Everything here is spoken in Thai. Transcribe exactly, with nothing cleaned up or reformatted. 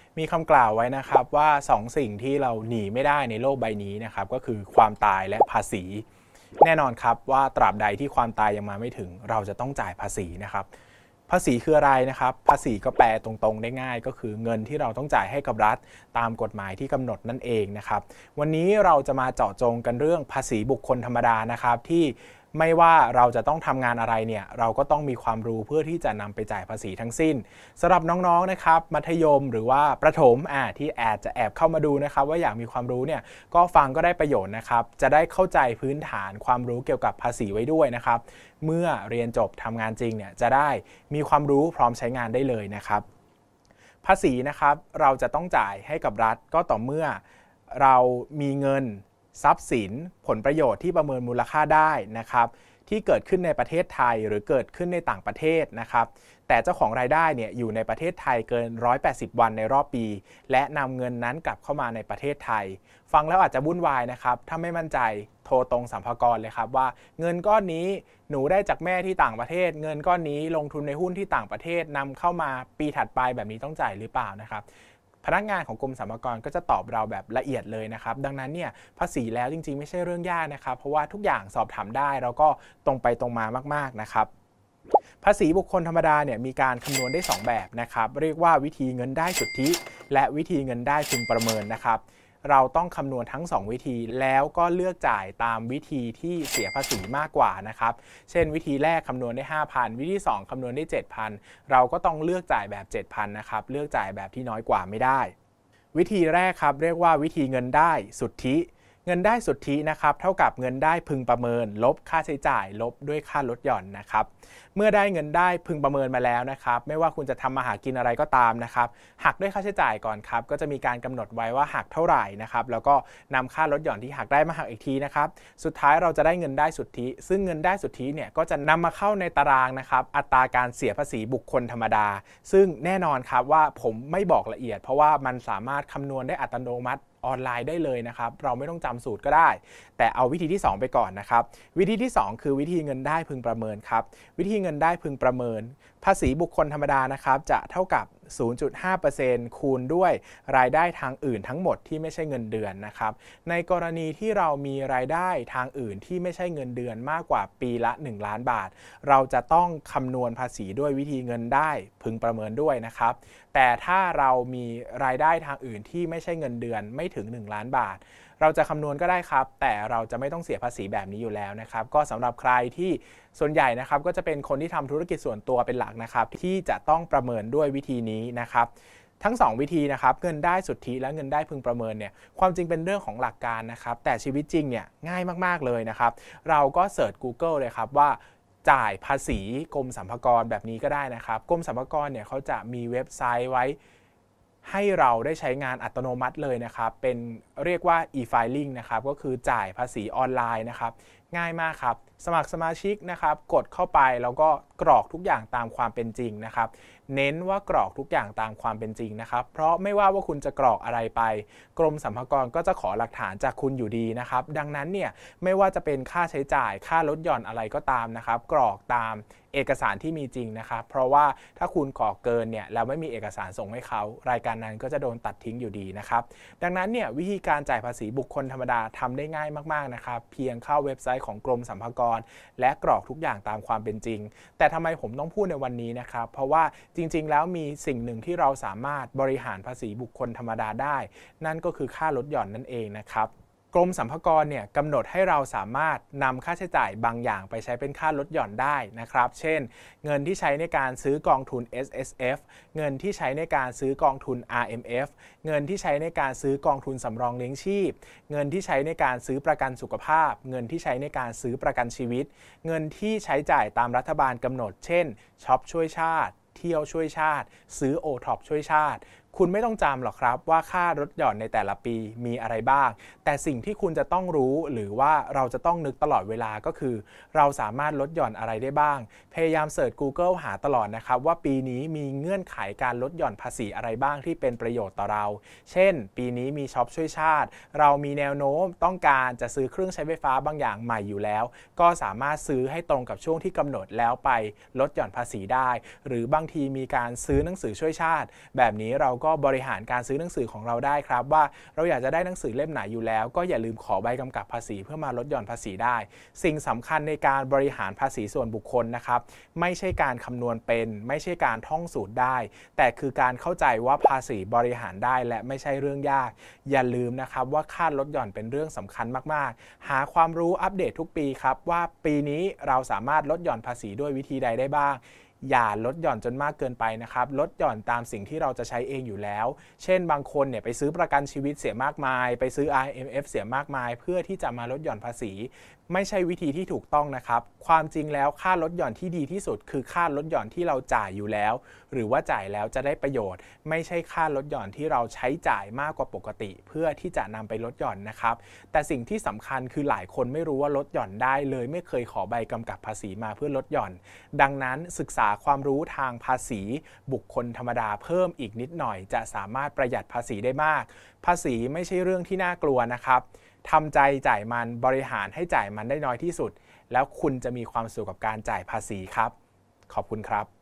มีคำกล่าวไว้นะครับว่าสองสิ่งที่เราหนีไม่ได้ในโลกใบนี้นะครับก็คือความตายและภาษีแน่นอนครับว่าตราบใดที่ความตายยังมาไม่ถึงเราจะต้องจ่ายภาษีนะครับภาษีคืออะไรนะครับภาษีก็แปลตรงๆได้ง่ายก็คือเงินที่เราต้องจ่ายให้กับรัฐตามกฎหมายที่กำหนดนั่นเองนะครับวันนี้เราจะมาเจาะจงกันเรื่องภาษีบุคคลธรรมดานะครับที่ไม่ว่าเราจะต้องทำงานอะไรเนี่ยเราก็ต้องมีความรู้เพื่อที่จะนำไปจ่ายภาษีทั้งสิ้นสำหรับน้องๆนะครับมัธยมหรือว่าประถมอ่าที่แอบจะแอบเข้ามาดูนะครับว่าอยากมีความรู้เนี่ยก็ฟังก็ได้ประโยชน์นะครับจะได้เข้าใจพื้นฐานความรู้เกี่ยวกับภาษีไว้ด้วยนะครับเมื่อเรียนจบทำงานจริงเนี่ยจะได้มีความรู้พร้อมใช้งานได้เลยนะครับภาษีนะครับเราจะต้องจ่ายให้กับรัฐก็ต่อเมื่อเรามีเงินทรัพย์สินผลประโยชน์ที่ประเมินมูลค่าได้นะครับที่เกิดขึ้นในประเทศไทยหรือเกิดขึ้นในต่างประเทศนะครับแต่เจ้าของรายได้เนี่ยอยู่ในประเทศไทยเกินหนึ่งร้อยแปดสิบวันในรอบปีและนำเงินนั้นกลับเข้ามาในประเทศไทยฟังแล้วอาจจะวุ่นวายนะครับถ้าไม่มั่นใจโทรตรงสรรพากรเลยครับว่าเงินก้อนนี้หนูได้จากแม่ที่ต่างประเทศเงินก้อนนี้ลงทุนในหุ้นที่ต่างประเทศนำเข้ามาปีถัดไปแบบนี้ต้องจ่ายหรือเปล่านะครับพนักงานของกรมสรรพากรก็จะตอบเราแบบละเอียดเลยนะครับดังนั้นเนี่ยภาษีแล้วจริงๆไม่ใช่เรื่องยากนะครับเพราะว่าทุกอย่างสอบถามได้แล้วก็ตรงไปตรงมามากๆนะครับภาษีบุคคลธรรมดาเนี่ยมีการคำนวณได้สองแบบนะครับเรียกว่าวิธีเงินได้สุทธิและวิธีเงินได้พึงประเมินนะครับเราต้องคำนวณทั้งสองวิธีแล้วก็เลือกจ่ายตามวิธีที่เสียภาษีมากกว่านะครับเช่นวิธีแรกคำนวณได้ ห้าพัน วิธีสองคำนวณได้ เจ็ดพัน เราก็ต้องเลือกจ่ายแบบ เจ็ดพัน นะครับเลือกจ่ายแบบที่น้อยกว่าไม่ได้วิธีแรกครับเรียกว่าวิธีเงินได้สุทธิเงินได้สุทธินะครับเท่ากับเงินได้พึงประเมินลบค่าใช้จ่ายลบด้วยค่าลดหย่อนนะครับเมื่อได้เงินได้พึงประเมินมาแล้วนะครับไม่ว่าคุณจะทำมาหากินอะไรก็ตามนะครับหักด้วยค่าใช้จ่ายก่อนครับก็จะมีการกำหนดไว้ว่าหักเท่าไหร่นะครับแล้วก็นำค่าลดหย่อนที่หักได้มาหักอีกทีนะครับสุดท้ายเราจะได้เงินได้สุทธิซึ่งเงินได้สุทธิเนี่ยก็จะนำมาเข้าในตารางนะครับอัตราการเสียภาษีบุคคลธรรมดาซึ่งแน่นอนครับว่าผมไม่บอกละเอียดเพราะว่ามันสามารถคำนวณได้อัตโนมัติออนไลน์ได้เลยนะครับเราไม่ต้องจำสูตรก็ได้แต่เอาวิธีที่สองไปก่อนนะครับวิธีที่สองคือวิธีเงินได้พึงประเมินครับวิธีเงินได้พึงประเมินภาษีบุคคลธรรมดานะครับจะเท่ากับ ศูนย์จุดห้าเปอร์เซ็นต์ คูณด้วยรายได้ทางอื่นทั้งหมดที่ไม่ใช่เงินเดือนนะครับในกรณีที่เรามีรายได้ทางอื่นที่ไม่ใช่เงินเดือนมากกว่าปีละหนึ่งล้านบาทเราจะต้องคำนวณภาษีด้วยวิธีเงินได้พึงประเมินด้วยนะครับแต่ถ้าเรามีรายได้ทางอื่นที่ไม่ใช่เงินเดือนไม่ถึงหนึ่งล้านบาทเราจะคำนวณก็ได้ครับแต่เราจะไม่ต้องเสียภาษีแบบนี้อยู่แล้วนะครับก็สำหรับใครที่ส่วนใหญ่นะครับก็จะเป็นคนที่ทำธุรกิจส่วนตัวเป็นหลักนะครับที่จะต้องประเมินด้วยวิธีนี้นะครับทั้งสองวิธีนะครับเงินได้สุทธิและเงินได้พึงประเมินเนี่ยความจริงเป็นเรื่องของหลักการนะครับแต่ชีวิตจริงเนี่ยง่ายมากๆเลยนะครับเราก็เสิร์ช Google เลยครับว่าจ่ายภาษีกรมสรรพากรแบบนี้ก็ได้นะครับกรมสรรพากรเนี่ยเขาจะมีเว็บไซต์ไว้ให้เราได้ใช้งานอัตโนมัติเลยนะครับเป็นเรียกว่า e-filing นะครับก็คือจ่ายภาษีออนไลน์นะครับง่ายมากครับสมัครสมาชิกนะครับกดเข้าไปแล้วก็กรอกทุกอย่างตามความเป็นจริงนะครับเน้นว่ากรอกทุกอย่างตามความเป็นจริงนะครับเพราะไม่ว่าว่าคุณจะกรอกอะไรไปกรมสรรพากรก็จะขอหลักฐานจากคุณอยู่ดีนะครับดังนั้นเนี่ยไม่ว่าจะเป็นค่าใช้จ่ายค่าลดหย่อนอะไรก็ตามนะครับกรอกตามเอกสารที่มีจริงนะครับเพราะว่าถ้าคุณกรอกเกินเนี่ยแล้วไม่มีเอกสารส่งให้เขารายการนั้นก็จะโดนตัดทิ้งอยู่ดีนะครับดังนั้นเนี่ยวิธีการจ่ายภาษีบุคคลธรรมดาทำได้ง่ายมากๆนะครับเพียงเข้าเว็บไซต์ของกรมสรรพากรและกรอกทุกอย่างตามความเป็นจริงแต่ทำไมผมต้องพูดในวันนี้นะครับเพราะว่าจริงๆแล้วมีสิ่งหนึ่งที่เราสามารถบริหารภาษีบุคคลธรรมดาได้นั่นก็คือค่าลดหย่อนนั่นเองนะครับกรมสรรพากรเนี่ยกำหนดให้เราสามารถนำค่าใช้จ่ายบางอย่างไปใช้เป็นค่าลดหย่อนได้นะครับเช่นเงินที่ใช้ในการซื้อกองทุน เอส เอส เอฟ เงินที่ใช้ในการซื้อกองทุน อาร์ เอ็ม เอฟ เงินที่ใช้ในการซื้อกองทุนสำรองเลี้ยงชีพเงินที่ใช้ในการซื้อประกันสุขภาพเงินที่ใช้ในการซื้อประกันชีวิตเงินที่ใช้จ่ายตามรัฐบาลกำหนดเช่นช็อปช่วยชาติเที่ยวช่วยชาติซื้อ โอ ท็อป ช่วยชาติคุณไม่ต้องจำหรอกครับว่าค่าลดหย่อนในแต่ละปีมีอะไรบ้างแต่สิ่งที่คุณจะต้องรู้หรือว่าเราจะต้องนึกตลอดเวลาก็คือเราสามารถลดหย่อนอะไรได้บ้างพยายามเสิร์ช Google หาตลอดนะครับว่าปีนี้มีเงื่อนไขการลดหย่อนภาษีอะไรบ้างที่เป็นประโยชน์ต่อเราเช่นปีนี้มีช็อปช่วยชาติเรามีแนวโน้มต้องการจะซื้อเครื่องใช้ไฟฟ้าบางอย่างใหม่อยู่แล้วก็สามารถซื้อให้ตรงกับช่วงที่กำหนดแล้วไปลดหย่อนภาษีได้หรือบางทีมีการซื้อหนังสือช่วยชาติแบบนี้เราก็บริหารการซื้อหนังสือของเราได้ครับว่าเราอยากจะได้หนังสือเล่มไหนอยู่แล้วก็อย่าลืมขอใบกำกับภาษีเพื่อมาลดหย่อนภาษีได้สิ่งสำคัญในการบริหารภาษีส่วนบุคคลนะครับไม่ใช่การคำนวณเป็นไม่ใช่การท่องสูตรได้แต่คือการเข้าใจว่าภาษีบริหารได้และไม่ใช่เรื่องยากอย่าลืมนะครับว่าค่าลดหย่อนเป็นเรื่องสำคัญมากๆหาความรู้อัปเดตทุกปีครับว่าปีนี้เราสามารถลดหย่อนภาษีด้วยวิธีใดได้บ้างอย่าลดหย่อนจนมากเกินไปนะครับลดหย่อนตามสิ่งที่เราจะใช้เองอยู่แล้วเช่นบางคนเนี่ยไปซื้อประกันชีวิตเสียมากมายไปซื้อ อาร์ เอ็ม เอฟ เสียมากมายเพื่อที่จะมาลดหย่อนภาษีไม่ใช่วิธีที่ถูกต้องนะครับความจริงแล้วค่าลดหย่อนที่ดีที่สุดคือค่าลดหย่อนที่เราจ่ายอยู่แล้วหรือว่าจ่ายแล้วจะได้ประโยชน์ไม่ใช่ค่าลดหย่อนที่เราใช้จ่ายมากกว่าปกติเพื่อที่จะนำไปลดหย่อนนะครับแต่สิ่งที่สำคัญคือหลายคนไม่รู้ว่าลดหย่อนได้เลยไม่เคยขอใบกำกับภาษีมาเพื่อลดหย่อนดังนั้นศึกษาความรู้ทางภาษีบุคคลธรรมดาเพิ่มอีกนิดหน่อยจะสามารถประหยัดภาษีได้มากภาษีไม่ใช่เรื่องที่น่ากลัวนะครับทำใจจ่ายมันบริหารให้จ่ายมันได้น้อยที่สุดแล้วคุณจะมีความสุขกับการจ่ายภาษีครับขอบคุณครับ